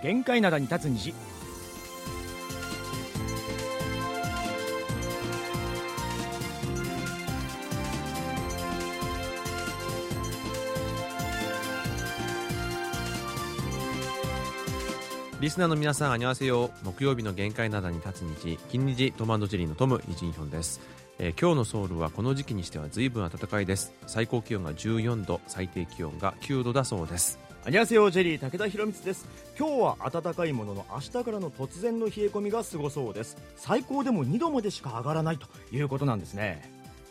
限界灘に立つ虹。 リスナーの皆さん、あにわせよ。木曜日の限界灘に立つ日、金日トム&ジェリーのトム、ニジンヒョンです。今日のソウルはこの時期にしては随分暖かいです。最高気温が14度、最低気温が9度だそうです。 あにわせよ、ジェリー武田博光です。今日は暖かいものの、明日からの突然の冷え込みがすごそうです。最高でも2度までしか上がらないということなんですね。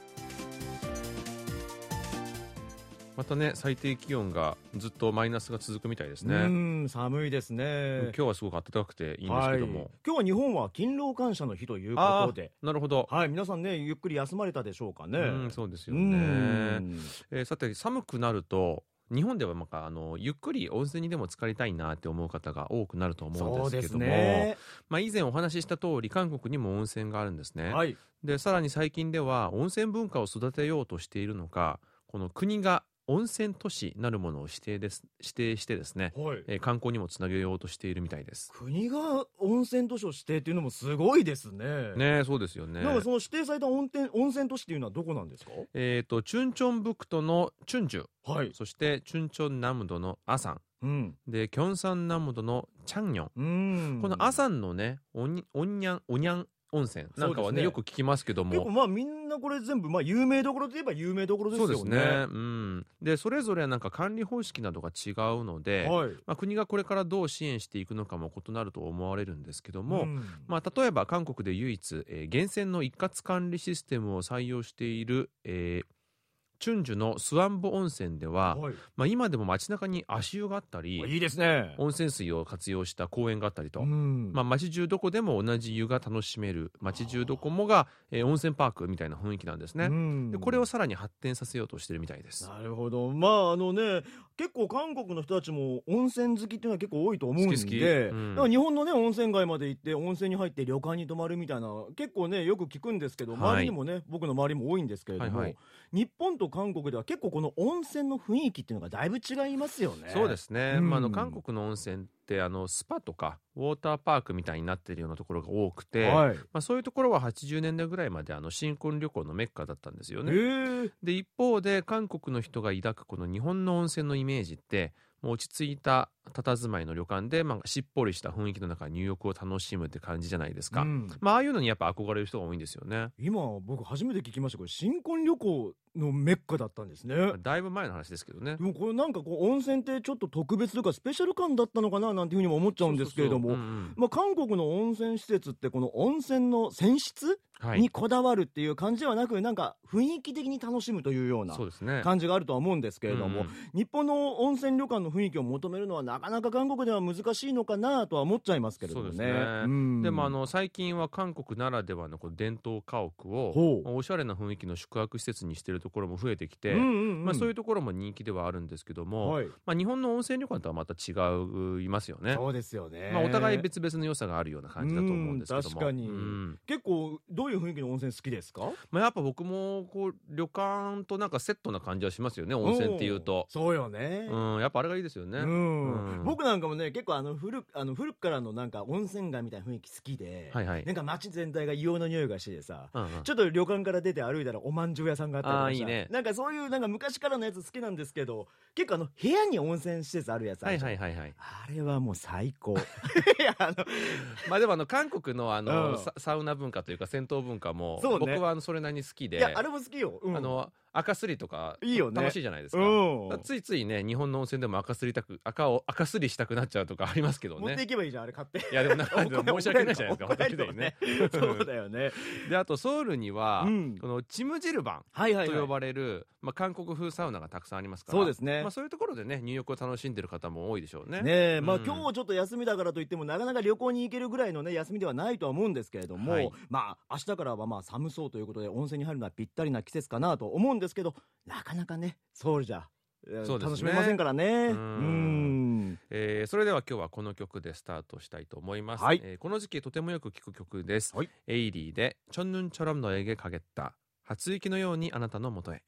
またね、最低気温がずっとマイナスが続くみたいですね。 寒いですね。 今日はすごく暖かくていいんですけども、 今日は日本は勤労感謝の日ということで、 なるほど。 皆さんね、ゆっくり休まれたでしょうかね。 そうですよね。さて、寒くなると日本ではゆっくり温泉にでも浸かりたいなって思う方が多くなると思うんですけども、ね、以前お話しした通り韓国にも温泉があるんですね。でさらに最近では温泉文化を育てようとしているのか、この国が温泉都市なるものを指定してですね、観光にもつなげようとしているみたいです。 国が温泉都市を指定っていうのもすごいですね。 ね、そうですよね。 なんかその指定された温泉都市っていうのはどこなんですか？ チュンチョンブクトのチュンジュ、そしてチュンチョンナムドのアサン、でキョンサンナムドのチャンニョン、このアサンのね、オニャン温泉なんかはね、よく聞きますけども、 結構みんなこれ全部有名どころといえば有名どころですよね。 そうですね。でそれぞれなんか管理方式などが違うので、国がこれからどう支援していくのかも異なると思われるんですけども、例えば韓国で唯一、源泉の一括管理システムを採用している、チュンジュのスワンボ温泉では、今でも街中に足湯があったり、 いいですね、 温泉水を活用した公園があったりと、街中どこでも同じ湯が楽しめる、街中どこもが、温泉パークみたいな雰囲気なんですね。でこれをさらに発展させようとしてるみたいです。 なるほど。結構韓国の人たちも温泉好きっていうのは結構多いと思うんで、だから日本のね、温泉街まで行って温泉に入って旅館に泊まるみたいな結構ね、よく聞くんですけど、周りにもね、僕の周りも多いんですけれども、日本と韓国では結構この温泉の雰囲気っていうのがだいぶ違いますよね。 そうですね。韓国の温泉ってスパとかウォーターパークみたいになっているようなところが多くて、そういうところは80年代ぐらいまで新婚旅行のメッカだったんですよね。で一方で韓国の人が抱くこの日本の温泉のイメージって、もう落ち着いた佇まいの旅館で、しっぽりした雰囲気の中、入浴を楽しむって感じじゃないですか。ああいうのにやっぱ憧れる人が多いんですよね。 今僕初めて聞きました。これ新婚旅行のメッカだったんですね。 だいぶ前の話ですけどね。 でもこれなんか温泉ってちょっと特別とかスペシャル感だったのかななんていうふうにも思っちゃうんですけれども、韓国の温泉施設ってこの温泉の泉質にこだわるっていう感じではなく、なんか雰囲気的に楽しむというような感じがあるとは思うんですけれども、日本の温泉旅館の雰囲気を求めるのはなかなか韓国では難しいのかなとは思っちゃいますけれどもね。 でも最近は韓国ならではの伝統家屋をおしゃれな雰囲気の宿泊施設にしているところも増えてきて、そういうところも人気ではあるんですけども、日本の温泉旅館とはまた違いますよね。 そうですよね。 お互い別々の良さがあるような感じだと思うんですけども。 確かに、結構どういう雰囲気の温泉好きですか？ やっぱ僕も旅館となんかセットな感じはしますよね、温泉っていうと。 そうよね。 やっぱあれがいいですよね。 僕なんかもね、結構古くからのなんか温泉街みたいな雰囲気好きで、なんか街全体が硫黄の匂いがしてさ、ちょっと旅館から出て歩いたらおまんじゅう屋さんがあったりとかさ、なんかそういうなんか昔からのやつ好きなんですけど、結構部屋に温泉施設あるやつあるじゃん。あれはもう最高。 でも韓国のサウナ文化というか銭湯文化も、僕はそれなりに好きで。 いや、あれも好きよ。 赤すりとかいいよね、 楽しいじゃないですか。ついついね、日本の温泉でも赤すりしたくなっちゃうとかありますけどね。 持っていけばいいじゃん、あれ買って。 いやでもなんか申し訳ないじゃないですか、ホテルでね。 そうだよね。 であとソウルにはこのチムジルバンと呼ばれる韓国風サウナがたくさんありますから、 そうですね。 そういうところでね、入浴を楽しんでる方も多いでしょうね。 今日ちょっと休みだからといってもなかなか旅行に行けるぐらいのね休みではないとは思うんですけれども、明日からは寒そうということで温泉に入るのはぴったりな季節かなと思うんですけど、なかなかねソウルじゃ楽しめませんからね。 それでは今日はこの曲でスタートしたいと思います。この時期とてもよく聴く曲です。エイリーでチョンヌンチョロムのエゲかげった、初雪のようにあなたのもとへ。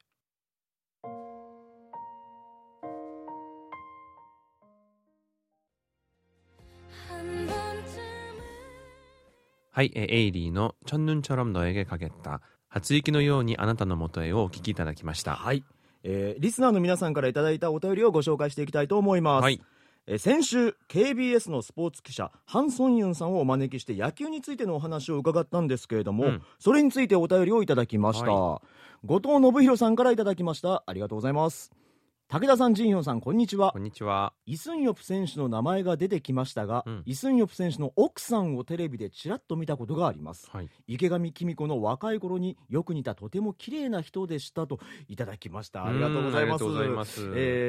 はい、エイリーのチョンヌンチョロム너에게 가겠다初雪のようにあなたのもとへをお聞きいただきました。 はい、リスナーの皆さんからいただいたお便りをご紹介していきたいと思います。はい、先週 KBS のスポーツ記者ハン・ソンユンさんをお招きして野球についてのお話を伺ったんですけれども、それについてお便りをいただきました。後藤信弘さんからいただきました。ありがとうございます。武田さん、ジンヒョンさん、こんにちは。 こんにちは。 イ・スンヨプ選手の名前が出てきましたが、イ・スンヨプ選手の奥さんをテレビでちらっと見たことがあります。池上紀美子の若い頃によく似たとても綺麗な人でしたといただきました。ありがとうございます。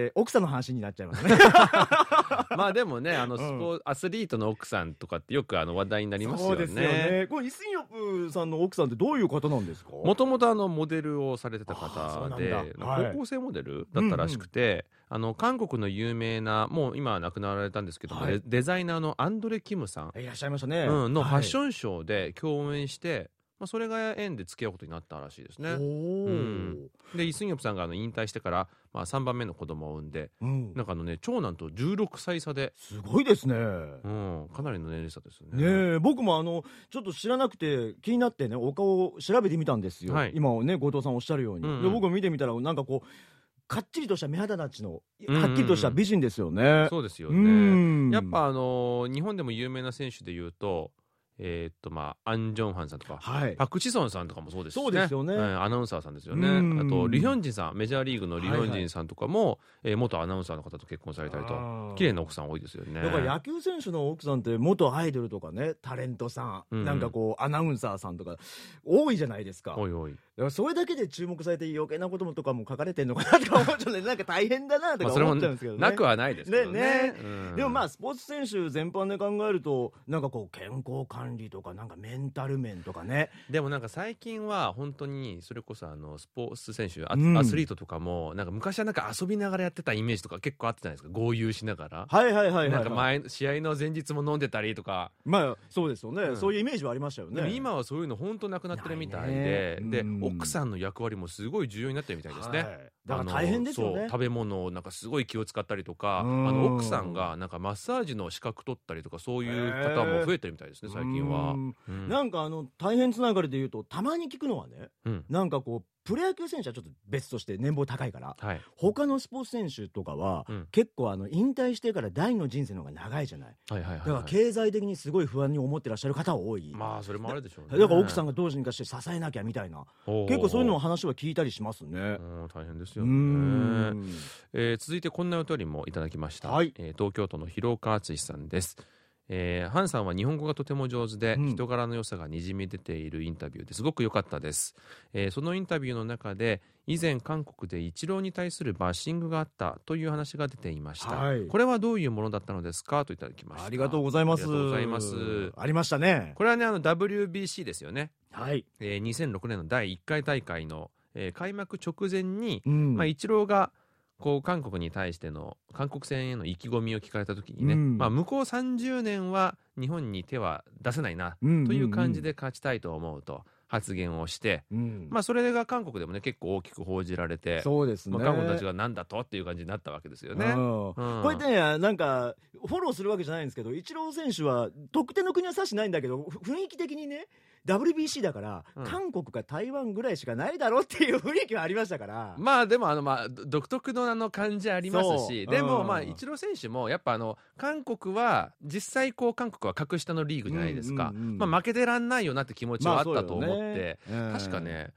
奥さんの話になっちゃいますね。 まあでもね、アスリートの奥さんとかってよく話題になりますよね。 そうですよね。これイ・スンヨプさんの奥さんってどういう方なんですか？ もともとモデルをされてた方で、高校生モデルだったらしくて、韓国の有名な、もう今は亡くなられたんですけども、デザイナーのアンドレ・キムさんいらっしゃいましたね、 のファッションショーで共演して、それが縁で付き合うことになったらしいですね。でイ・スンヨプさんが引退してから、3番目の子供を産んで、なんか長男と16歳差ですごいですね、 かなりの年齢差ですね。 僕もちょっと知らなくて気になってね、お顔を調べてみたんですよ、今ね後藤さんおっしゃるように、で僕も見てみたらなんかこうかっちりとした目肌立ちのはっきりとした美人ですよね。 そうですよね。やっぱ日本でも有名な選手でいうとアン・ジョンハンさんとか、パク・チソンさんとかもそうですしね。 そうですよね。 アナウンサーさんですよね。あとリ・ヒョンジンさん、メジャーリーグのリ・ヒョンジンさんとかも、元アナウンサーの方と結婚されたりと、綺麗な奥さん多いですよね。 だから野球選手の奥さんって元アイドルとかね、タレントさん、なんかこうアナウンサーさんとか多いじゃないですか。 多い多い。 だからそれだけで注目されて余計なこととかも書かれてるのかなとか思っちゃうんで、なんか大変だなとか思っちゃうんですけどね。 なくはないですけどね。 でもスポーツ選手全般で考えると、なんかこう健康管理とかなんかメンタル面とかね。 でもなんか最近は本当にそれこそスポーツ選手、アスリートとかもなんか昔はなんか遊びながらやってたイメージとか結構あったじゃないですか。豪遊しながら。なんか試合の前日も飲んでたりとか。 そうですよね。そういうイメージはありましたよね。 でも今はそういうの本当なくなってるみたいで、奥さんの役割もすごい重要になってるみたいですね。 だから大変ですよね。 食べ物をなんかすごい気を使ったりとか、奥さんがなんかマッサージの資格取ったりとか、そういう方も増えてるみたいですね、最近は。 なんか大変つながりで言うと、たまに聞くのはね、なんかこうプロ野球選手はちょっと別として年俸高いから、他のスポーツ選手とかは、結構引退してから第二の人生の方が長いじゃない。だから経済的にすごい不安に思ってらっしゃる方は多い。 それもあるでしょうね。 だから奥さんがどうにかして支えなきゃみたいな、結構そういうの話は聞いたりしますね。 大変ですよね。続いてこんなお便りもいただきました。東京都の広岡敦さんです。ハンさんは日本語がとても上手で、人柄の良さがにじみ出ているインタビューですごく良かったです。そのインタビューの中で以前韓国でイチローに対するバッシングがあったという話が出ていました。これはどういうものだったのですかといただきました。 ありがとうございます。ありましたね。 これはねWBC ですよね。2006年の第1回大会の、開幕直前に、イチローがこう韓国に対しての韓国戦への意気込みを聞かれた時にね、向こう30年は日本に手は出せないなという感じで勝ちたいと思うと発言をして、それが韓国でもね結構大きく報じられて、 そうですね、 韓国たちがなんだとっていう感じになったわけですよね。 こうやってね、なんかフォローするわけじゃないんですけど、イチロー選手は特定の国は指してないんだけど、雰囲気的にね WBC だから、韓国か台湾ぐらいしかないだろうっていう雰囲気はありましたから。 でも独特の感じありますし、でもイチロー選手もやっぱ韓国は実際こう韓国は格下のリーグじゃないですか。負けてらんないよなって気持ちはあったと思って、確かね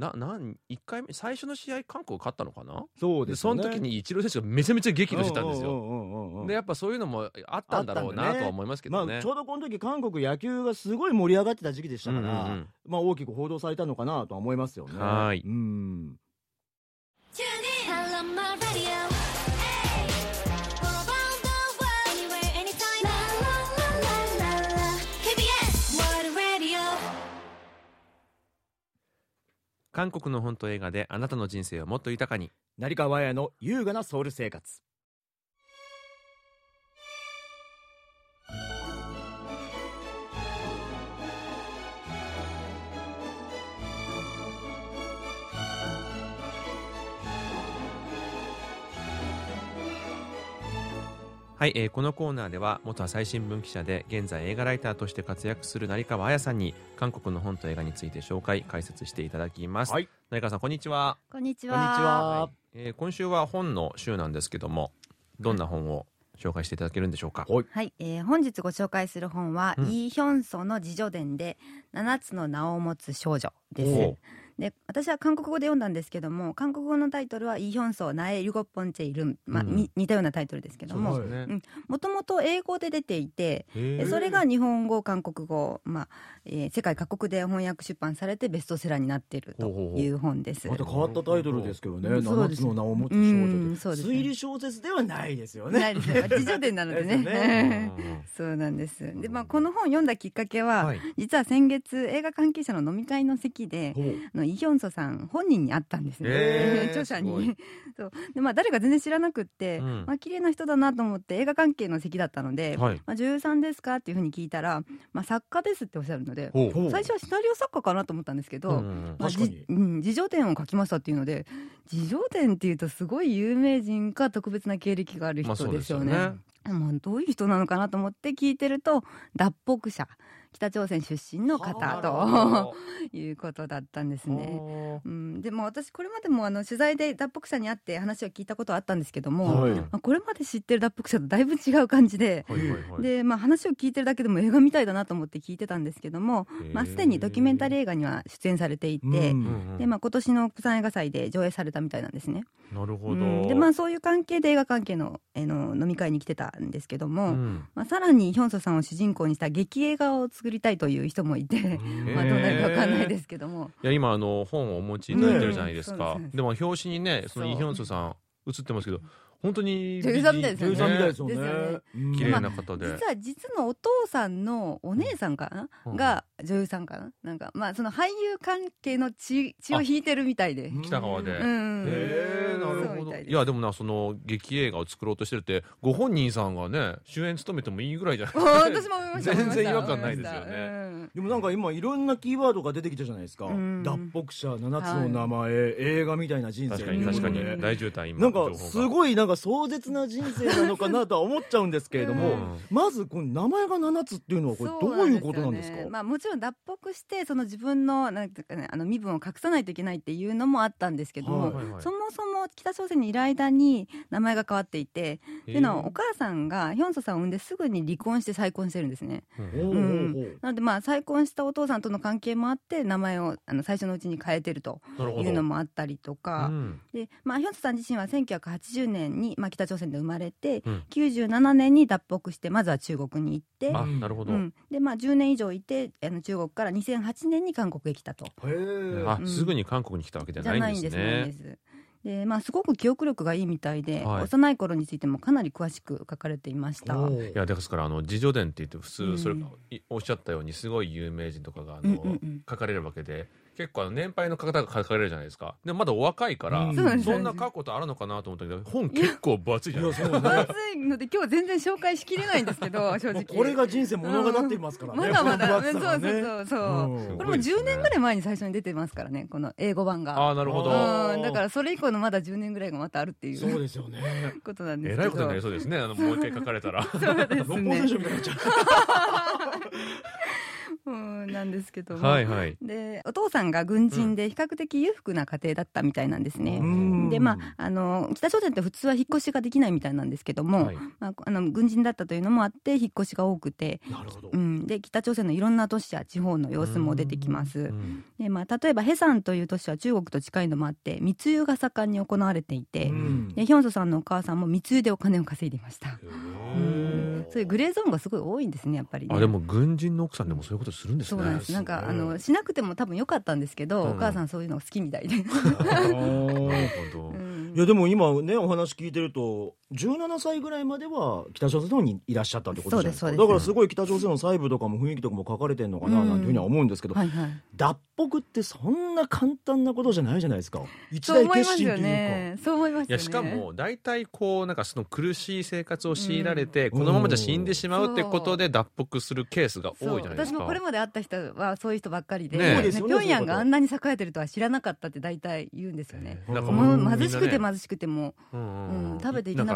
1回目最初の試合韓国勝ったのかな。 そうですね。 その時にイチロー選手がめちゃめちゃ激怒してたんですよ。でやっぱそういうのもあったんだろうなとは思いますけどね。 ちょうどこの時韓国野球がすごい盛り上がってた時期でしたから、大きく報道されたのかなとは思いますよね。 はい。韓国の本と映画であなたの人生をもっと豊かに。 成川綾の優雅なソウル生活。 はい、このコーナーでは元朝日新聞記者で現在映画ライターとして活躍する成川彩さんに韓国の本と映画について紹介解説していただきます、はい、成川さんこんにちは。 こんにちは。 今週は本の週なんですけども、どんな本を紹介していただけるんでしょうか。 はい、本日ご紹介する本は、イ・ヒョンソの自叙伝で7つの名を持つ少女です。で、私は韓国語で読んだんですけども、韓国語のタイトルはイ・ヒョンソナエ・リュゴッポンチェイルン、似たようなタイトルですけども、もともと英語で出ていて、それが日本語韓国語、世界各国で翻訳出版されてベストセラーになっているという本です。 また変わったタイトルですけどね、7つの名を持つ少女で、推理小説ではないですよね。 ないですよ、自叙伝なのでねそうなんです。で、この本読んだきっかけは、実は先月映画関係者の飲み会の席でイ・ヒョンソさん本人に会ったんですね、著者にそうで、誰か全然知らなくって、綺麗な人だなと思って映画関係の席だったので、女優さんですかっていうふうに聞いたら、作家ですっておっしゃるので、最初はシナリオ作家かなと思ったんですけど、自叙伝を書きましたっていうので、自叙伝っていうとすごい有名人か特別な経歴がある人ですよね。どういう人なのかなと思って聞いてると、脱北者、北朝鮮出身の方ということだったんですね。でも私これまでも取材で脱北者に会って話を聞いたことはあったんですけども、これまで知ってる脱北者とだいぶ違う感じで、話を聞いてるだけでも映画みたいだなと思って聞いてたんですけども、すでにドキュメンタリー映画には出演されていて、で、今年の釜山映画祭で上映されたみたいなんですね。 なるほど。 で、そういう関係で映画関係の、飲み会に来てたんですけども、さらにヒョンソさんを主人公にした劇映画を作りたいという人もいて、どうなるか分かんないですけども、 いや今本をお持ちいただいてるじゃないですか。でも表紙にね、そのイ・ヒョンソさん映ってますけど、本当に女優さんみたいですよね。 綺麗な方で、 実のお父さんのお姉さんかな、が女優さんかな、その俳優関係の血を引いてるみたいで、 北川で。なるほど。いやでもその劇映画を作ろうとしてるって、ご本人さんがね主演務めてもいいぐらいじゃないですか。 私も思いました。 全然違和感ないですよね。 でも今いろんなキーワードが出てきたじゃないですか。脱北者、7つの名前、映画みたいな人生。 確かに大渋滞。今すごい壮絶な人生なのかなとは思っちゃうんですけれども、まずこの名前が7つっていうのはこれどういうことなんですか。 もちろん脱北してその自分のなんていうかね、身分を隠さないといけないっていうのもあったんですけども、そもそも北朝鮮にいる間に名前が変わっていて、でのお母さんがヒョンソさんを産んですぐに離婚して再婚してるんですね。なので再婚したお父さんとの関係もあって名前を最初のうちに変えてるというのもあったりとか、で、ヒョンソさん自身は1980年に、北朝鮮で生まれて、97年に脱北してまずは中国に行って、 なるほど。 で、10年以上いて中国から2008年に韓国へ来たと。 すぐに韓国に来たわけじゃないんですね。 で、すごく記憶力がいいみたいで、幼い頃についてもかなり詳しく書かれていました。 いやですから自叙伝って言って普通それおっしゃったようにすごい有名人とかが書かれるわけで、結構年配の方が書かれるじゃないですか。でもまだお若いから、そんな書くことあるのかなと思ったけど、本結構分厚いじゃないですか。 分厚いので今日は全然紹介しきれないんですけど、正直これが人生物語っていますからね。 まだまだ、そうこれも10年ぐらい前に最初に出てますからね、この英語版が。 なるほど。 だからそれ以降のまだ10年ぐらいがまたあるっていう、 そうですよね、 ことなんですけど、 えらいことになりそうですね、もう一回書かれたら。 そうですねなんですけども、でお父さんが軍人で比較的裕福な家庭だったみたいなんですね。で、北朝鮮って普通は引っ越しができないみたいなんですけども、軍人だったというのもあって引っ越しが多くて、で北朝鮮のいろんな都市や地方の様子も出てきます。で、例えばヘサンという都市は中国と近いのもあって密輸が盛んに行われていて、でヒョンソさんのお母さんも密輸でお金を稼いでいました。そういうグレーゾーンがすごい多いんですね、やっぱりね。 でも軍人の奥さんでもそういうことするんですね。 そうなんです。しなくても多分良かったんですけど、お母さんそういうの好きみたいで。なるほど。いやでも今ねお話聞いてると17歳ぐらいまでは北朝鮮の方にいらっしゃったってことじゃないですか。だからすごい北朝鮮の細部とかも雰囲気とかも書かれてるのかななんていうふうには思うんですけど、脱北ってそんな簡単なことじゃないじゃないですか。一大決心というか。 そう思いますよね。 いやしかも大体その苦しい生活を強いられて、このままじゃ死んでしまうってことで脱北するケースが多いじゃないですか。 私もこれまで会った人はそういう人ばっかりで、平壌があんなに栄えてるとは知らなかったって大体言うんですよね。貧しくて貧しくても食べていけなか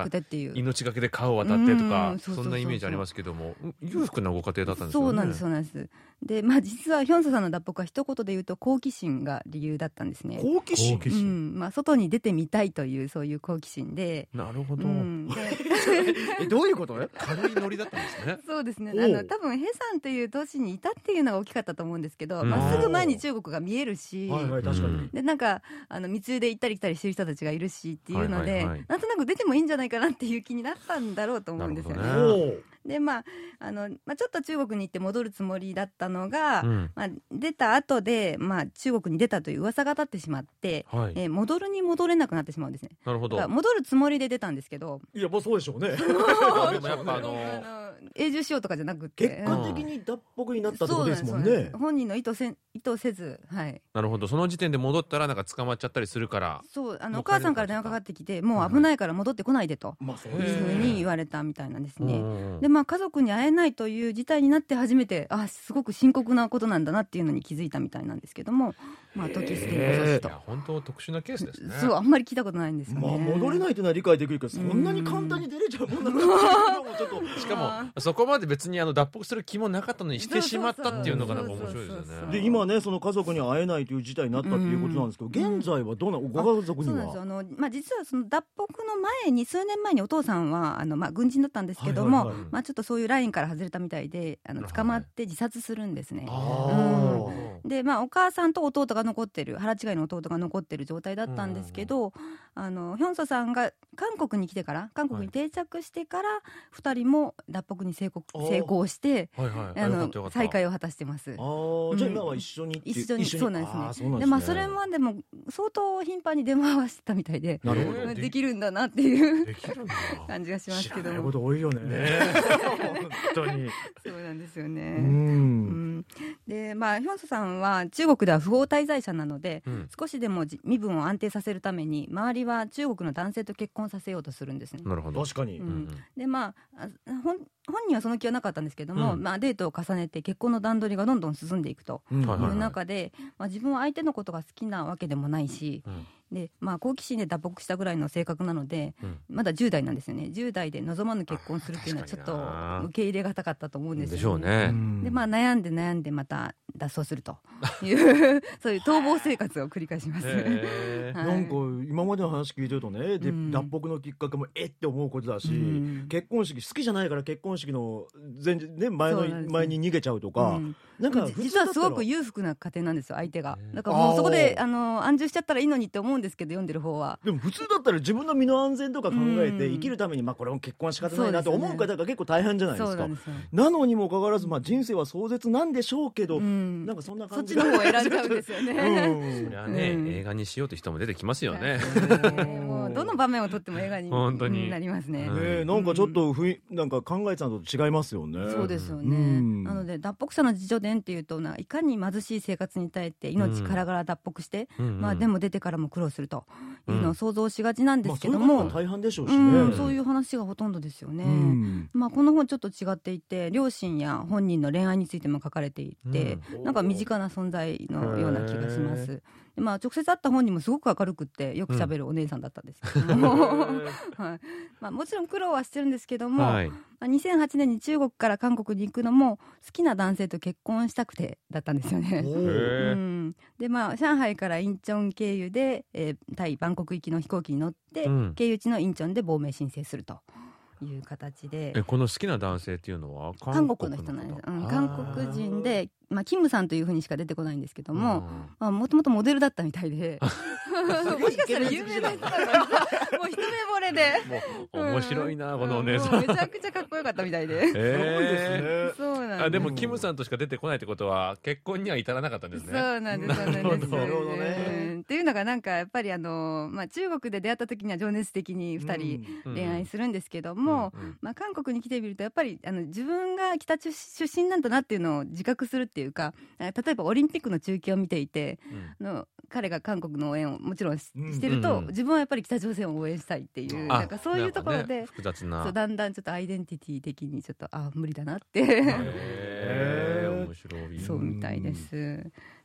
くてっていう、 命がけで川を渡ってとか、そんなイメージありますけども、裕福なご家庭だったんですよね。 そうなんです、そうなんです。で、実はヒョンソさんの脱北は一言で言うと好奇心が理由だったんですね。 好奇心、 外に出てみたいというそういう好奇心で。 なるほど。 どういうこと？ 軽いノリだったんですね。 そうですね。多分ヘサンという都市にいたっていうのが大きかったと思うんですけど、すぐ前に中国が見えるし、 確かに。 でなんか密輸で行ったり来たりしてる人たちがいるしっていうので、なんとなく出てもいいんじゃないかなっていう気になったんだろうと思うんですよね。でちょっと中国に行って戻るつもりだったのが、出た後で、中国に出たという噂が立ってしまって、戻るに戻れなくなってしまうんですね。 なるほど。 戻るつもりで出たんですけど、 いやそうでしょうね。でもやっぱ永住しようとかじゃなくて、 結果的に脱北になったってことですもんね。 本人の意図せず、 なるほど。その時点で戻ったらなんか捕まっちゃったりするから。 そう、お母さんから電話かかってきて、もう危ないから戻ってこないでというふうに言われたみたいなんですね。で家族に会えないという事態になって初めて、すごく深刻なことなんだなっていうのに気づいたみたいなんですけども、時すでに遅しと。 本当特殊なケースですね。 そう、あんまり聞いたことないんですよね。 戻れないというのは理解できるけど、そんなに簡単に出れちゃうもんなんだしかもそこまで別に脱北する気もなかったのにしてしまったっていうのがなんか面白いですよね。 で今ね、その家族に会えないという事態になったっていうことなんですけど、現在はどうなの？ご家族には。 そうなんですよ。実はその脱北の前に、数年前にお父さんは軍人だったんですけども、ちょっとそういうラインから外れたみたいで、捕まって自殺するんですね。でお母さんと弟が残ってる、腹違いの弟が残ってる状態だったんですけど、ヒョンソさんが韓国に来てから、韓国に定着してから2人も脱北に成功して、再会を果たしてます。じゃあ今は一緒にそうなんですね。でそれまでも相当頻繁に電話はしてたみたいで、できるんだなっていう感じがしますけども。知らないこと多いよね。本当にそうなんですよね。でヒョンソさんは中国では不法滞在者なので、少しでも身分を安定させるために周りは中国の男性と結婚させようとするんですね。 なるほど。 確かに。 で本人はその気はなかったんですけども、デートを重ねて結婚の段取りがどんどん進んでいくという中で、自分は相手のことが好きなわけでもないし、で好奇心で脱北したぐらいの性格なので、まだ10代なんですよね。10代で望まぬ結婚するっていうのはちょっと受け入れがたかったと思うんですよね。 でしょうね。 で悩んでまた脱走するというそういう逃亡生活を繰り返します。 なんか今までの話聞いてるとね、で脱北のきっかけもって思うことだし、結婚式好きじゃないから結婚式の前に逃げちゃうとか、なんか実はすごく裕福な家庭なんですよ、相手が。だからもうそこで安住しちゃったらいいのにって思うんですけど、読んでる方は。 でも普通だったら自分の身の安全とか考えて生きるためにこれも結婚は仕方ないなと思う方が結構大変じゃないですか。なのにもかかわらず人生は壮絶なんでしょうけど、なんかそんな感じ。 そっちの方を選んじゃうんですよね。 それはね、映画にしようという人も出てきますよね。 もうどの場面を撮っても映画になりますね。 なんかちょっとなんか考えてたのと違いますよね。 そうですよね。なので脱北者の自叙伝っていうと、いかに貧しい生活に耐えて命からがら脱北して、でも出てからも苦労するというのを想像しがちなんですけども、 大変でしょうしね。 そういう話がほとんどですよね。この本ちょっと違っていて、両親や本人の恋愛についても書かれていて、なんか身近な存在のような気がします。直接会った本人もすごく明るくってよく喋るお姉さんだったんですけども、もちろん苦労はしてるんですけども、2008年に中国から韓国に行くのも好きな男性と結婚したくてだったんですよね。で上海からインチョン経由で、タイバンコク行きの飛行機に乗って、経由地のインチョンで亡命申請するという形で。 この好きな男性っていうのは韓国の人なんです。韓国人で、キムさんというふうにしか出てこないんですけども、もともとモデルだったみたいでもしかしたら有名な人だったんです。もう一目惚れで面白いな、このお姉さん。 めちゃくちゃかっこよかったみたいで。 そうなんです。 でもキムさんとしか出てこないってことは結婚には至らなかったんですね。 そうなんです。なるほどね。っていうのがなんかやっぱり中国で出会った時には情熱的に2人恋愛するんですけども、韓国に来てみるとやっぱり自分が北出身なんだなっていうのを自覚するっていうか、例えばオリンピックの中継を見ていて、彼が韓国の応援をもちろんしてると、自分はやっぱり北朝鮮を応援したいっていう、なんかそういうところで、 複雑な、 だんだんちょっとアイデンティティ的にちょっと無理だなって面白い。 そうみたいです。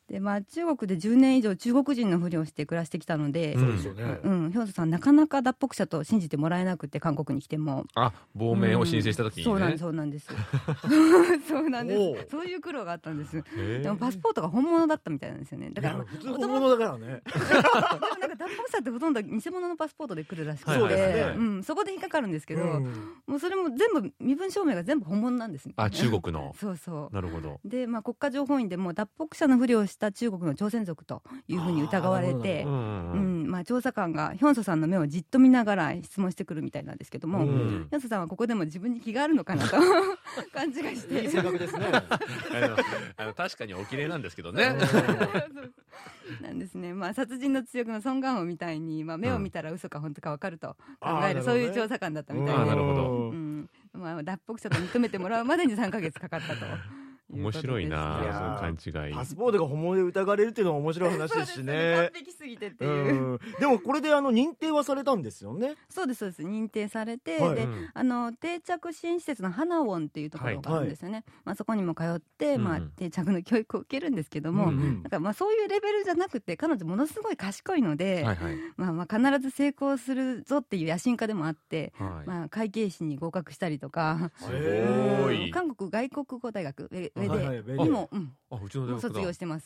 でまあ、中国で10年以上中国人のふりをして暮らしてきたので、 そうですよね、 ヒョンソさんなかなか脱北者と信じてもらえなくて、韓国に来ても亡命を申請した時にね、 そうなんですそうなんですそういう苦労があったんです。でもパスポートが本物だったみたいなんですよね。だから普通本物だからねでもなんか脱北者ってほとんど偽物のパスポートで来るらしくて、そこで引っかかるんですけど、もうそれも全部身分証明が全部本物なんですね。 中国のそうなるほど。 で、まあ、国家情報院でも脱北者のふりをした中国の朝鮮族というふうに疑われて、まあ、調査官がヒョンソさんの目をじっと見ながら質問してくるみたいなんですけども、ヒョンソさんはここでも自分に気があるのかなと勘違いしていい性格ですね確かにお綺麗なんですけどねなんですね。まあ、殺人の強くのソン・ガンホみたいに、まあ、目を見たら嘘か本当か分かると考える、そういう調査官だったみたいで、 なるほど、 まあ、脱北者と認めてもらうまでに3ヶ月かかったと。 面白いな、その勘違い。 パスポートが本物で疑われるっていうのは面白い話ですしね。 完璧すぎてっていう。 でもこれで認定はされたんですよね。 そうです認定されて、で定着支援施設のハナウォンっていうところがあるんですよね。まあそこにも通って、まあ定着の教育を受けるんですけども、なんかまあそういうレベルじゃなくて、彼女ものすごい賢いので、まあ必ず成功するぞっていう野心家でもあって、まあ会計士に合格したりとか、韓国外国語大学にも卒業してます。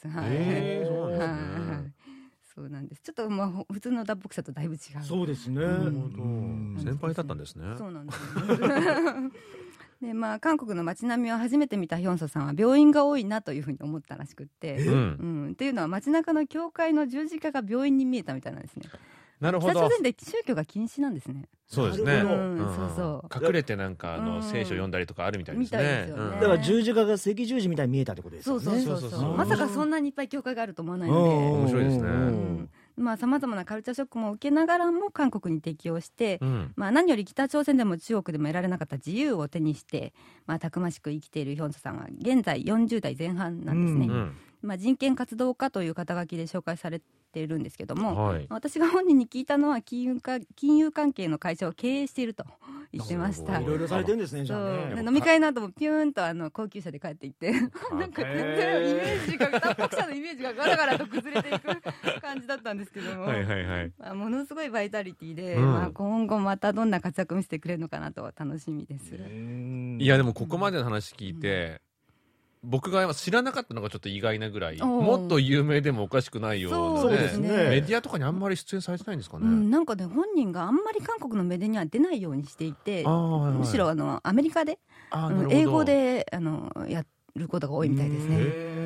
そうなんです。ちょっとまあ普通の脱北者とだいぶ違う。 そうですね。 先輩だったんですね。 そうなんです。でまあ、韓国の街並みを初めて見たヒョンソさんは病院が多いなというふうに思ったらしくって、っていうのは街中の教会の十字架が病院に見えたみたいなんですね。 なるほど。 北朝鮮で宗教が禁止なんですね。 そうですね。 そう隠れてなんか聖書読んだりとかあるみたいですね。 だから十字架が赤十字みたいに見えたってことですよね。 そうまさかそんなにいっぱい教会があると思わないので。 面白いですね。 まあさまざまなカルチャーショックも受けながらも韓国に適応して、まあ何より北朝鮮でも中国でも得られなかった自由を手にして、まあたくましく生きているヒョンソさんは現在40代前半なんですね。まあ人権活動家という肩書きで紹介されているんですけども、私が本人に聞いたのは金融関係の会社を経営していると言ってました。 いろいろされてるんですね。じゃあね。 飲み会の後もピューンと高級車で帰っていってなんか全然イメージが脱北者のイメージがガラガラと崩れていく感じだったんですけども、ものすごいバイタリティで、まあ今後またどんな活躍を見せてくれるのかなと楽しみです。 いやでもここまでの話聞いて、僕が知らなかったのがちょっと意外なぐらい、もっと有名でもおかしくないようなね、メディアとかにあんまり出演されてないんですかね。 なんかね、本人があんまり韓国のメディアには出ないようにしていて、むしろアメリカで英語でやることが多いみたいですね。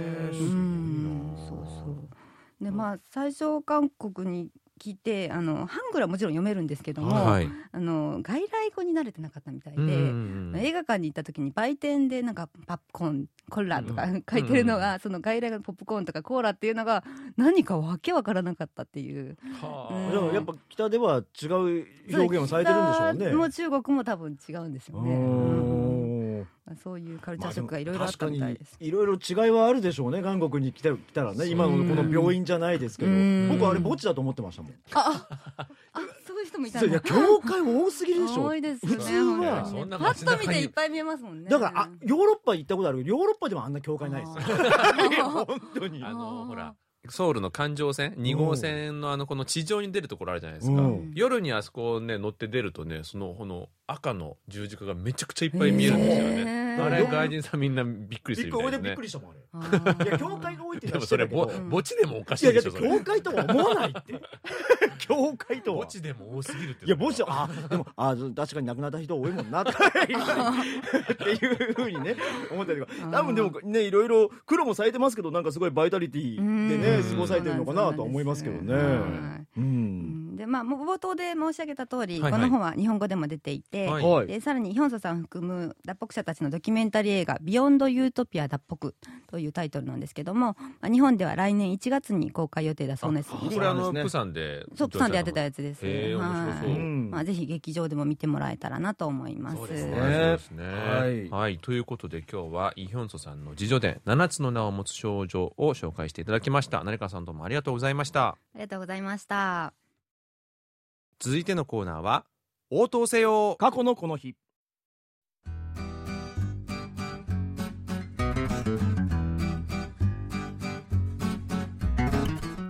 でまあ最初韓国に来てハングルはもちろん読めるんですけども、外来語に慣れてなかったみたいで、映画館に行った時に売店でなんかパップコーンコーラとか書いてるのが、その外来語のポップコーンとかコーラっていうのが何かわけわからなかったっていう。 やっぱ北では違う表現をされてるんでしょうね。 北も中国も多分違うんですよね。そういうカルチャーショックがいろいろあったみたいです。 いろいろ違いはあるでしょうね。韓国に来たらね、今のこの病院じゃないですけど、僕あれ墓地だと思ってましたもん。 そういう人もいたの。 いや教会多すぎるでしょ。 多いですね。 普通はパッと見ていっぱい見えますもんね。 だからヨーロッパ行ったことあるけど、ヨーロッパでもあんな教会ないですよ。本当に。 ほら。ソウルの環状線2号線のこの地上に出るところあるじゃないですか。夜にあそこね乗って出るとね、その赤の十字架がめちゃくちゃいっぱい見えるんですよね。あれ外人さんみんなびっくりするみたいですね。 びっくりしたもんあれ。いや教会が多いってでもそれ墓地でもおかしいでしょ。 教会とは思わないって。教会とは墓地でも多すぎるって。 いや墓地でも確かに亡くなった人多いもんなっていうふうにね思ったりとか、多分でもねいろいろ苦労もされてますけど、なんかすごいバイタリティでね過ごされてるのかなとは思いますけどね。でまあ冒頭で申し上げた通り、この本は日本語でも出ていて、でさらにヒョンソさん含む脱北者たちのドキュメンタリー映画ビヨンドユートピア脱北というタイトルなんですけども、日本では来年1月に公開予定だそうですので、 これプサンでやってたやつです。まあぜひ劇場でも見てもらえたらなと思います。そうですね。はい、ということで今日はイ・ヒョンソさんの自叙伝7つの名を持つ少女を紹介していただきました。成川さんどうもありがとうございました。 ありがとうございました。 続いてのコーナーは応答せよ過去のこの日。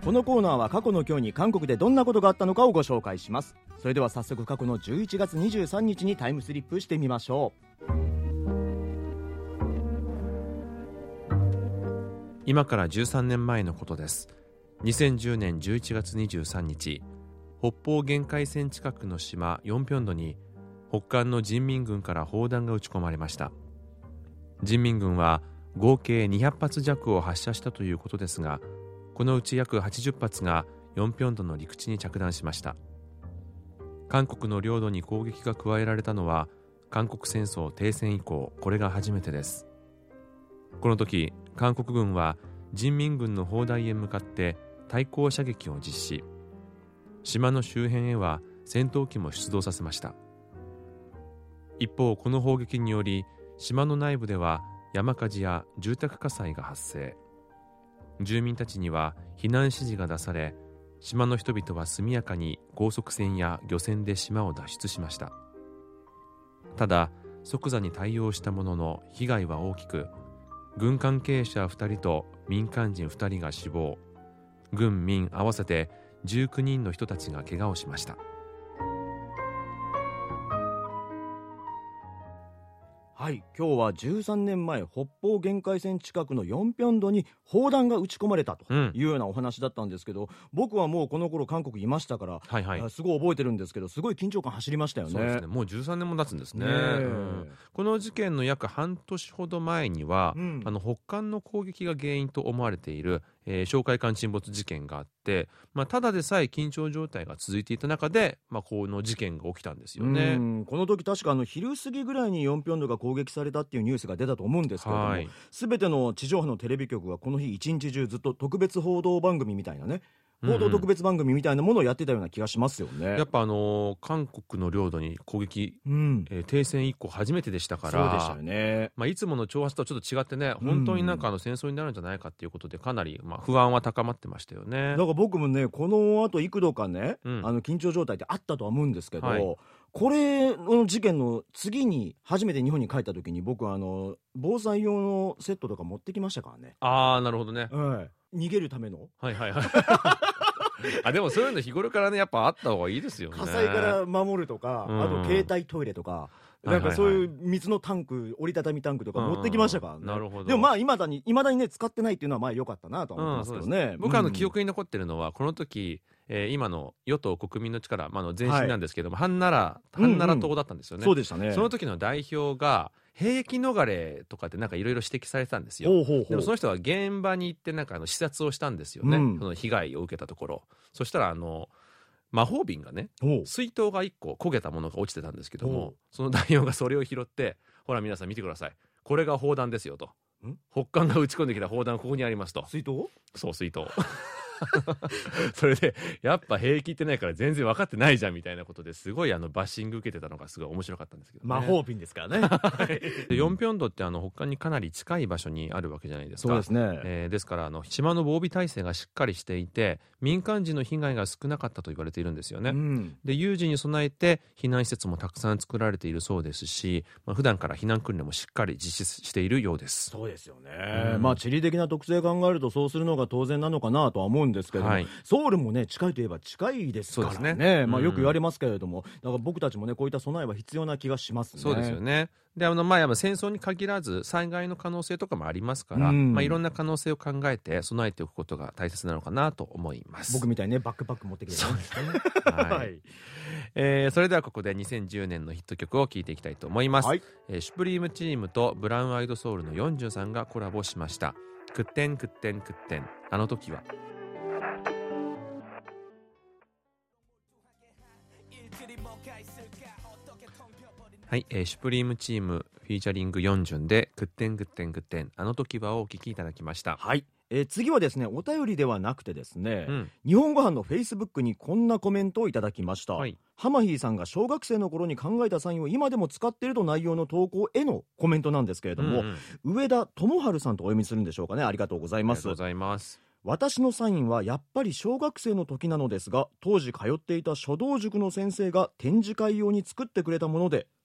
このコーナーは過去の今日に韓国でどんなことがあったのかをご紹介します。それでは早速過去の11月23日にタイムスリップしてみましょう。 今から13年前のことです。2010年11月23日、北方限界線近くの島ヨンピョンドに北韓の人民軍から砲弾が撃ち込まれました。人民軍は合計200発弱を発射したということですが、このうち約80発がヨンピョンドの陸地に着弾しました。韓国の領土に攻撃が加えられたのは韓国戦争停戦以降これが初めてです。この時韓国軍は人民軍の砲台へ向かって対空射撃を実施。島の周辺へは戦闘機も出動させました。一方この砲撃により島の内部では山火事や住宅火災が発生。住民たちには避難指示が出され、島の人々は速やかに高速船や漁船で島を脱出しました。ただ即座に対応したものの被害は大きく、軍関係者2人と民間人2人が死亡、軍民合わせて19人の人たちが怪我をしました。 はい、今日は13年前北方限界線近くのヨンピョンドに砲弾が撃ち込まれたというようなお話だったんですけど、僕はもうこの頃韓国いましたから、すごい覚えてるんですけど、すごい緊張感走りましたよね。 そうですね、もう13年も経つんですね。この事件の約半年ほど前には、北韓の攻撃が原因と思われている哨戒艦沈没事件があって、ただでさえ緊張状態が続いていた中で、この事件が起きたんですよね。 この時確か昼過ぎぐらいにヨンピョンドが攻撃されたっていうニュースが出たと思うんですけれども、全ての地上波のテレビ局がこの日一日中ずっと特別報道番組みたいなね、報道特別番組みたいなものをやってたような気がしますよね。 やっぱ韓国の領土に攻撃、停戦以降初めてでしたから。 そうでしたよね。 いつもの挑発とはちょっと違ってね、本当になんか戦争になるんじゃないかっていうことでかなり不安は高まってましたよね。 だから僕もね、この後幾度かね、緊張状態ってあったとは思うんですけど、これの事件の次に初めて日本に帰った時に僕は防災用のセットとか持ってきましたからね。 ああ、なるほどね。 逃げるための。 でもそういうの日頃からね、やっぱあった方がいいですよね。 火災から守るとか、あと携帯トイレとか、なんかそういう水のタンク、折りたたみタンクとか持ってきましたからね。 なるほど。 でもいまだにね使ってないっていうのは良かったなとは思ってますけどね。 僕記憶に残ってるのはこの時、今の与党国民の力、前身なんですけども、ハンナラ党だったんですよね。 そうでしたね。 その時の代表が兵役逃れとかってなんかいろいろ指摘されてたんですよ。でもその人は現場に行ってなんか視察をしたんですよね。その被害を受けたところ。そしたら魔法瓶がね、水筒が1個焦げたものが落ちてたんですけども、その代表がそれを拾って、ほら皆さん見てください、これが砲弾ですよと。北韓が撃ち込んできた砲弾ここにありますと。 水筒？ そう、水筒。それでやっぱ兵役ってないから全然分かってないじゃんみたいなことですごいバッシング受けてたのがすごい面白かったんですけどね。 魔法瓶ですからね。 でヨンピョンドって北韓にかなり近い場所にあるわけじゃないですか。 そうですね。 ですから島の防備体制がしっかりしていて民間人の被害が少なかったと言われているんですよね。で有事に備えて避難施設もたくさん作られているそうですし、普段から避難訓練もしっかり実施しているようです。 そうですよね。地理的な特性考えるとそうするのが当然なのかなとは思うんですけども、ソウルもね近いといえば近いですからね。よく言われますけれども、だから僕たちもねこういった備えは必要な気がしますね。 そうですよね。で戦争に限らず災害の可能性とかもありますから、いろんな可能性を考えて備えておくことが大切なのかなと思います。 僕みたいにねバックパック持ってきてね。そうですね。それではここで2010年のヒット曲を聴いていきたいと思います。シュプリームチームとブラウンアイドソウルの43がコラボしました。クッテンクッテンクッテン、あの時は。はい、シュプリームチームフィーチャリング40でクッテングッテングッテン、あの時はをお聞きいただきました。 はい、次はですねお便りではなくてですね、日本語版のフェイスブックにこんなコメントをいただきました。ハマヒーさんが小学生の頃に考えたサインを今でも使っていると内容の投稿へのコメントなんですけれども、上田智春さんとお読みするんでしょうかね。ありがとうございます。 ありがとうございます。 私のサインはやっぱり小学生の時なのですが、当時通っていた書道塾の先生が展示会用に作ってくれたもので、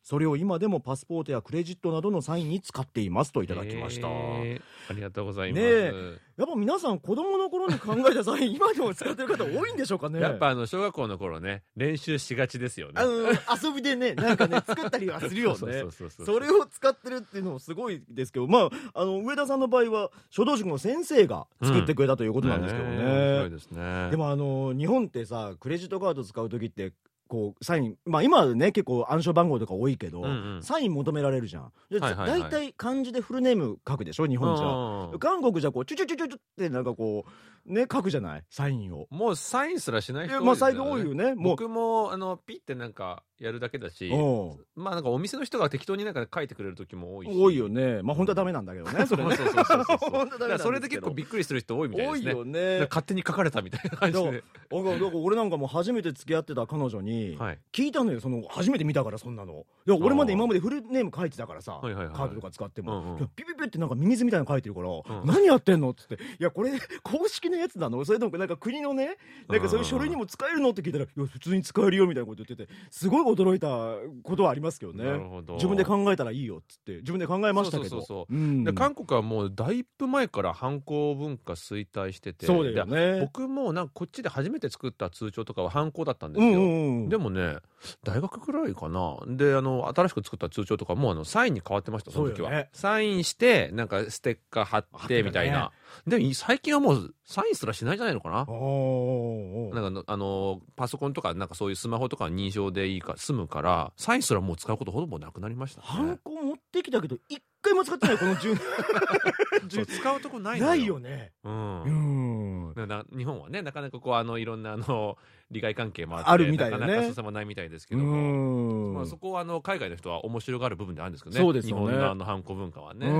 それを今でもパスポートやクレジットなどのサインに使っていますといただきました。 ありがとうございます。 やっぱ皆さん子供の頃に考えたサイン今でも使ってる方多いんでしょうかね。 やっぱ小学校の頃ね練習しがちですよね。 遊びでねなんかね作ったりはするよね。それを使ってるっていうのもすごいですけど、まあ上田さんの場合は書道塾の先生が作ってくれたということなんですけどね。面白いですね。でも日本ってさクレジットカード使う時ってこうサイン、まあ今はね結構暗証番号とか多いけど、サイン求められるじゃん。だいたい漢字でフルネーム書くでしょ日本じゃ。韓国じゃこうチュチュチュチュチュってなんかこうね書くじゃないサインを。もうサインすらしない人多いですよね。最近多いよね。僕もピってなんかやるだけだし、まあなんかお店の人が適当になんか書いてくれる時も多いし。多いよね。まあ本当はダメなんだけどね。それね。それで結構びっくりする人多いみたいですね。多いよね。勝手に書かれたみたいな感じで。俺なんかも初めて付き合ってた彼女に聞いたのよ。初めて見たからそんなの。いや俺まで今までフルネーム書いてたからさ、カードとか使ってもピピピってなんかミミズみたいなの書いてるから何やってんのっつって、いやこれ公式のやつなの？それともなんか国のねなんかそういう書類にも使えるのって聞いたら、いや普通に使えるよみたいなこと言ってて、すごい驚いたことはありますけどね。なるほど。自分で考えたらいいよっつって自分で考えましたけど。韓国はもうだいぶ前からハンコ文化衰退してて、そうだよね。僕もなんかこっちで初めて作った通帳とかはハンコだったんですよ。でもね大学くらいかなで新しく作った通帳とかもサインに変わってました。その時はサインしてなんかステッカー貼ってみたいな。でも最近はもうサインすらしないじゃないのかな。なんかパソコンとかなんかそういうスマホとか認証でいいか済むからサインすらもう使うことほとんどなくなりましたね。ハンコ持ってきたけど一回も使ってないこの10年使うとこないのよ。ないよね。日本はねなかなかこういろんな利害関係もあってみたいなね、なかなか進まないみたいですけども、まあそこは海外の人は面白がる部分であるんですけどね。そうですよね。日本のハンコ文化はね。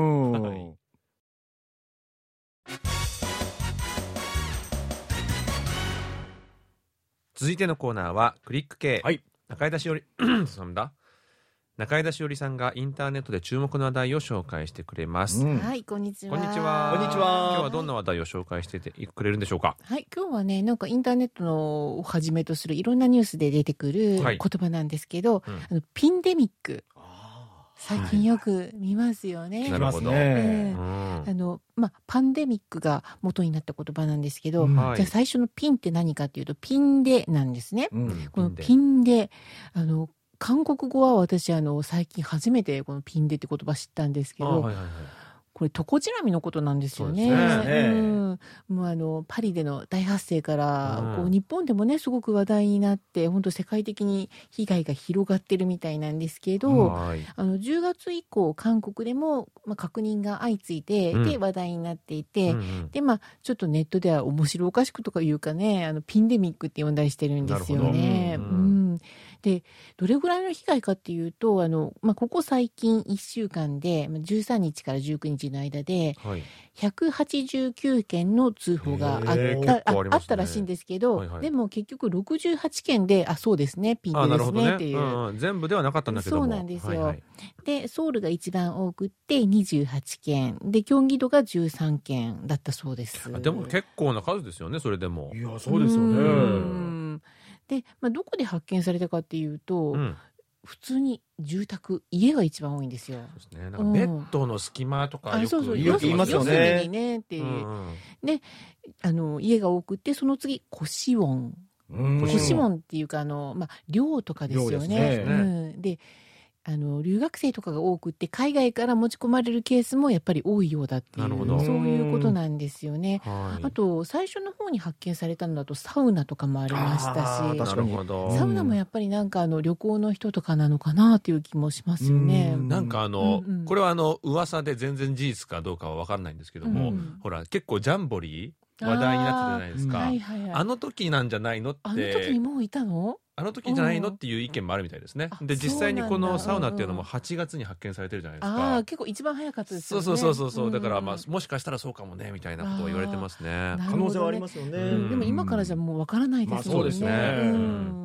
続いてのコーナーはクリック系。中井田しおり中井田しおりさんがインターネットで注目の話題を紹介してくれます。 はい、こんにちは。 こんにちは。こんにちは。今日はどんな話題を紹介してくれるんでしょうか。 はい、今日はね、なんかインターネットのをはじめとするいろんなニュースで出てくる言葉なんですけど、ピンデミック。最近よく見ますよね。 なるほど。 パンデミックが元になった言葉なんですけど、じゃあ最初のピンって何かっていうとピンデなんですね。このピンデ韓国語は私最近初めてこのピンデって言葉知ったんですけど、これトコジラミのことなんですよね。もうパリでの大発生からこう日本でもねすごく話題になって本当世界的に被害が広がってるみたいなんですけど、10月以降韓国でも確認が相次いで、で話題になっていて、でちょっとネットでは面白おかしくとかいうかねピンデミックって呼んだりしてるんですよね。でどれぐらいの被害かっていうとここ最近1週間で13日から19日の間で189件の通報があったらしいんですけど、でも結局68件でそうですねピンデですねっていう、 全部ではなかったんだけども、 そうなんですよ。でソウルが一番多くって28件でキョンギ道が13件だったそうです。 でも結構な数ですよねそれでも。 いやそうですよね。 でどこで発見されたかっていうと、普通に家が一番多いんですよ。 そうですね。なんかベッドの隙間とかよく言いますよね。 四隅にねっていう。で家が多くてその次コシウォン。コシウォンっていうか寮とかですよね。で留学生とかが多くって海外から持ち込まれるケースもやっぱり多いようだっていうそういうことなんですよね。あと最初の方に発見されたのだとサウナとかもありましたし、サウナもやっぱりなんか旅行の人とかなのかなっていう気もしますよね。 なんかこれは噂で全然事実かどうかは分かんないんですけども、ほら結構ジャンボリー話題になってたじゃないですか。あの時なんじゃないのって。 あの時にもういたの？ あの時じゃないのっていう意見もあるみたいですね。で実際にこのサウナっていうのも8月に発見されてるじゃないですか。 結構一番早かったですよね。 そうだからもしかしたらそうかもねみたいなことを言われてますね。 可能性はありますよね。 でも今からじゃもうわからないですもんね。 そうですね。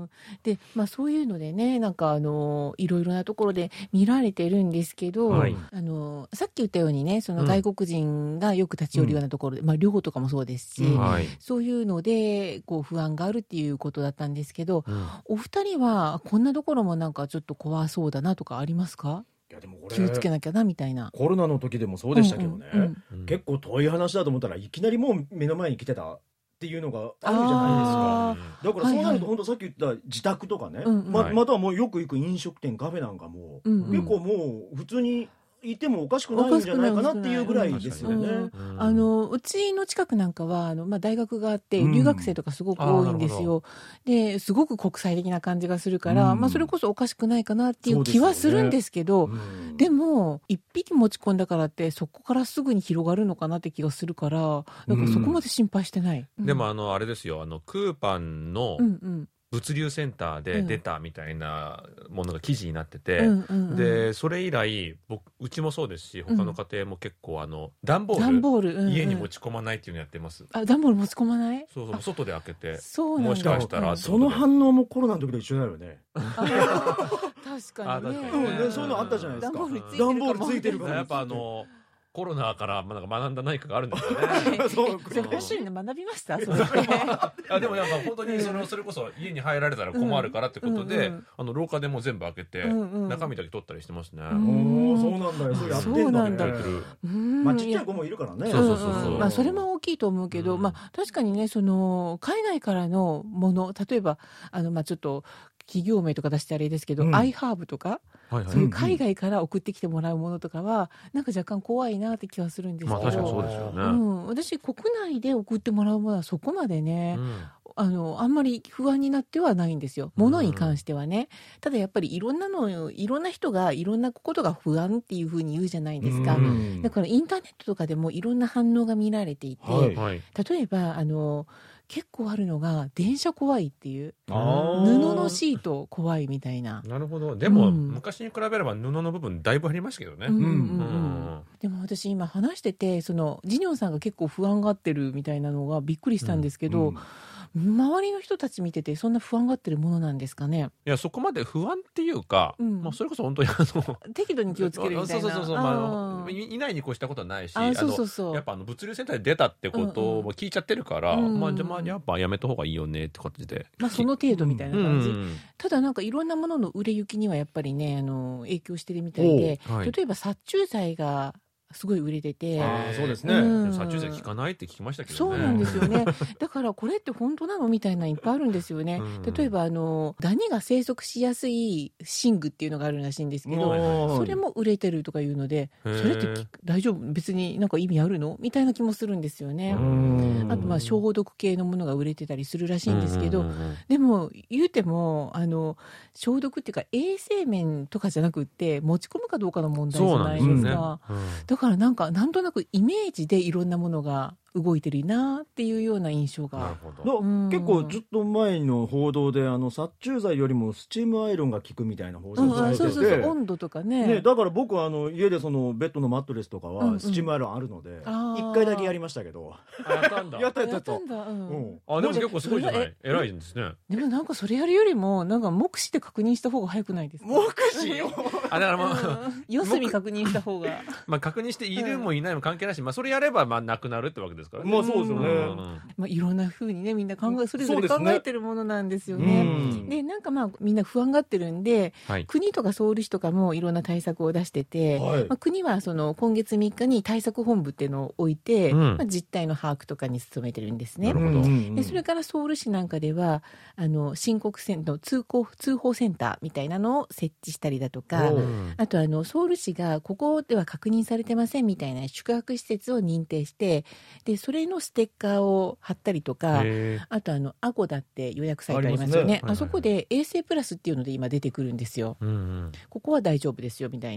で、そういうのでね、なんかいろいろなところで見られてるんですけど、はい、さっき言ったようにね、その外国人がよく立ち寄るようなところで、寮とかもそうですし、そういうのでこう不安があるっていうことだったんですけど、お二人はこんなところもなんかちょっと怖そうだなとかありますか？ いやでもこれ気をつけなきゃなみたいな。 コロナの時でもそうでしたけどね、結構遠い話だと思ったらいきなりもう目の前に来てたっていうのがあるじゃないですか。だからそうなると本当さっき言った自宅とかね、またはもうよく行く飲食店カフェなんかも、結構もう普通にいてもおかしくないんじゃないかなっていうぐらいですよね。 うちの近くなんかは大学があって留学生とかすごく多いんですよ。ですごく国際的な感じがするから、それこそおかしくないかなっていう気はするんですけど、でも一匹持ち込んだからってそこからすぐに広がるのかなって気がするから、だからそこまで心配してない。 でもあれですよ、クーパンの物流センターで出たみたいなものが記事になってて、でそれ以来うちもそうですし他の家庭も結構段ボール家に持ち込まないっていうのやってます。 段ボール持ち込まない？ そうそう、外で開けて、 もしかしたらその反応もコロナの時と一緒だよね。 確かにね。 そういうのあったじゃないですか。 段ボールついてるかも。 やっぱコロナからなんか学んだ何かがあるんですよね。 そう学びました。でもなんか本当にそれこそ家に入られたら困るからってことで、廊下でもう全部開けて中身だけ取ったりしてますね。 そうなんだよ。そうやってんだね。ちっちゃい子もいるからね。 それも大きいと思うけど、確かにね、海外からのもの、例えばちょっと企業名とか出してあれですけど、アイハーブとか、そういう海外から送ってきてもらうものとかはなんか若干怖いなって気はするんですけど、 確かにそうですよね。 私国内で送ってもらうものはそこまでね、あんまり不安になってはないんですよ、物に関してはね。ただやっぱりいろんな人がいろんなことが不安っていうふうに言うじゃないですか。だからインターネットとかでもいろんな反応が見られていて、例えば結構あるのが電車怖いっていう、布のシート怖いみたいな。 なるほど。でも、昔に比べれば布の部分だいぶ減りましたけどね。 でも私今話しててジニョンさんが結構不安がってるみたいなのがびっくりしたんですけど、周りの人たち見ててそんな不安がってるものなんですかね。 いや、そこまで不安っていうか、それこそ本当に適度に気をつけるみたいな。 いないに越したことはないし、やっぱ物流センターで出たってことも聞いちゃってるから、やっぱやめた方がいいよねって感じで、 その程度みたいな感じ。ただなんかいろんなものの売れ行きにはやっぱりね影響してるみたいで、例えば殺虫剤がすごい売れてて。 そうですね。殺虫剤効かないって聞きましたけどね。 そうなんですよね。だからこれって本当なのみたいなのいっぱいあるんですよね。例えばダニが生息しやすい寝具っていうのがあるらしいんですけど、それも売れてるとかいうので、それって大丈夫、別になんか意味あるのみたいな気もするんですよね。あと消毒系のものが売れてたりするらしいんですけど、でも言うても消毒っていうか衛生面とかじゃなくって持ち込むかどうかの問題じゃないですか。だからなんとなくイメージでいろんなものが動いてるなっていうような印象が。 結構ずっと前の報道で殺虫剤よりもスチームアイロンが効くみたいな報道されてて、 温度とかね。 だから僕は家でベッドのマットレスとかはスチームアイロンあるので1回だけやりましたけど。やったでも結構すごいじゃない、偉いんですね。 でもなんかそれやるよりもなんか目視で確認した方が早くないですか？ 目視よ。 だから四隅確認した方が確認しているもいないも関係ないし、それやればなくなるってわけですからね。 そうですよね。 いろんな風にねみんなそれぞれ考えてるものなんですよね。でなんかみんな不安がってるんで、国とかソウル市とかもいろんな対策を出してて、国は今月3日に対策本部っていうのを置いて、実態の把握とかに努めてるんですね。でそれからソウル市なんかでは申告の通報センターみたいなのを設置したりだとか、あとソウル市がここでは確認されてませんみたいな宿泊施設を認定して、でそれのステッカーを貼ったりとか、あとアゴダって予約サイトありますよね。あそこで衛生プラスっていうので今出てくるんですよ。ここは大丈夫ですよみたいな、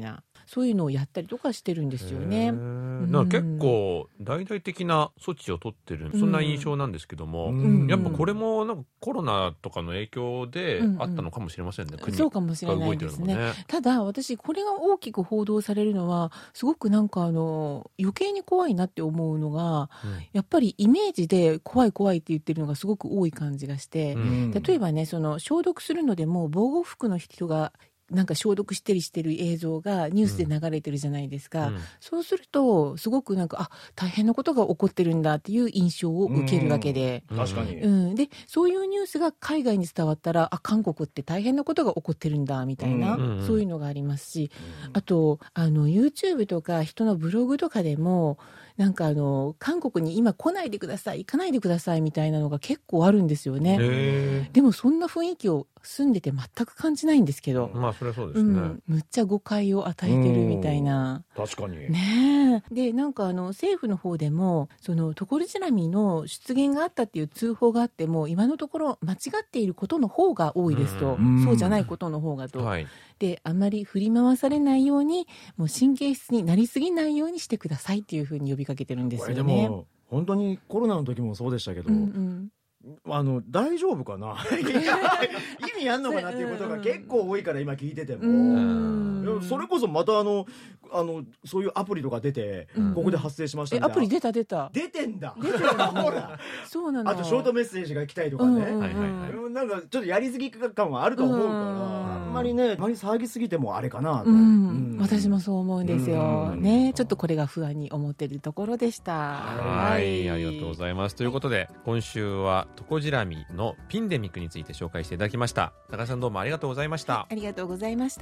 そういうのをやったりとかしてるんですよね。 なんか結構大々的な措置を取ってる、そんな印象なんですけども、やっぱこれもなんかコロナとかの影響であったのかもしれませんね。国そうかもしれないですね。ただ私これが大きく報道されるのはすごくなんか余計に怖いなって思うのが、やっぱりイメージで怖い怖いって言ってるのがすごく多い感じがして、例えばね、その消毒するのでも防護服の人がなんか消毒してる映像がニュースで流れてるじゃないですか、そうするとすごくなんか大変なことが起こってるんだっていう印象を受けるわけで、 確かに、 でそういうニュースが海外に伝わったら韓国って大変なことが起こってるんだみたいな、そういうのがありますし、あとYouTube とか人のブログとかでもなんか韓国に今来ないでください行かないでくださいみたいなのが結構あるんですよね。でもそんな雰囲気を住んでて全く感じないんですけど、 まあそれはそうですね、 むっちゃ誤解を与えてるみたいな。 確かにねえ。でなんか政府の方でもそのトコジラミの出現があったっていう通報があっても今のところ間違っていることの方が多いですと、そうじゃないことの方がと、であんまり振り回されないようにもう神経質になりすぎないようにしてくださいっていうふうに呼びかけてるんですよね。 でも本当にコロナの時もそうでしたけど、大丈夫かな意味あんのかなっていうことが結構多いから今聞いてても、それこそまたそういうアプリとか出て、ここで発生しましたみたいな。 アプリ出てんだほらそうなの。 あとショートメッセージが来たりとかね、なんかちょっとやりすぎ感はあると思うから、あんまり騒ぎすぎてもあれかなと、 私もそう思うんですよね。ちょっとこれが不安に思ってるところでした。 はい、ありがとうございます。ということで今週はトコジラミのピンデミックについて紹介していただきました。高田さんどうもありがとうございました。 ありがとうございました。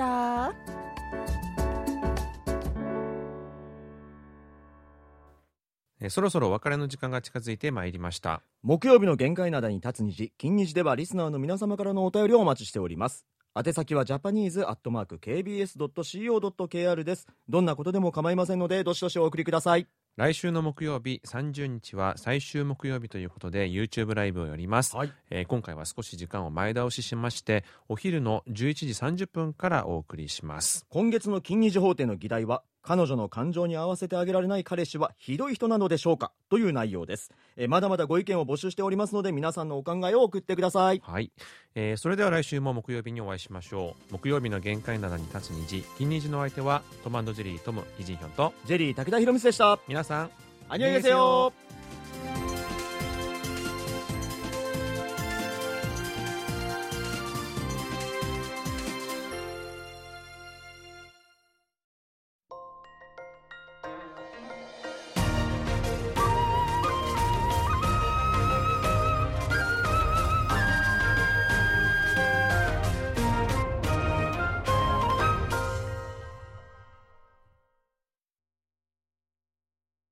そろそろお別れの時間が近づいてまいりました。 木曜日の限界灘に立つ虹、金虹ではリスナーの皆様からのお便りをお待ちしております。宛先は japanese@kbs.co.kr です。どんなことでも構いませんのでどしどしお送りください。 来週の木曜日30日は最終木曜日ということで YouTube ライブをやります、今回は少し時間を前倒ししましてお昼の11時30分からお送りします。 今月の金虹法廷の議題は彼女の感情に合わせてあげられない彼氏はひどい人なのでしょうかという内容です。まだまだご意見を募集しておりますので皆さんのお考えを送ってください。 はい、それでは来週も木曜日にお会いしましょう。木曜日の限界灘に立つ虹、金虹の相手はトム&ジェリートムイジンヒョンとジェリー武田博光でした。 皆さん 안녕히 계세요。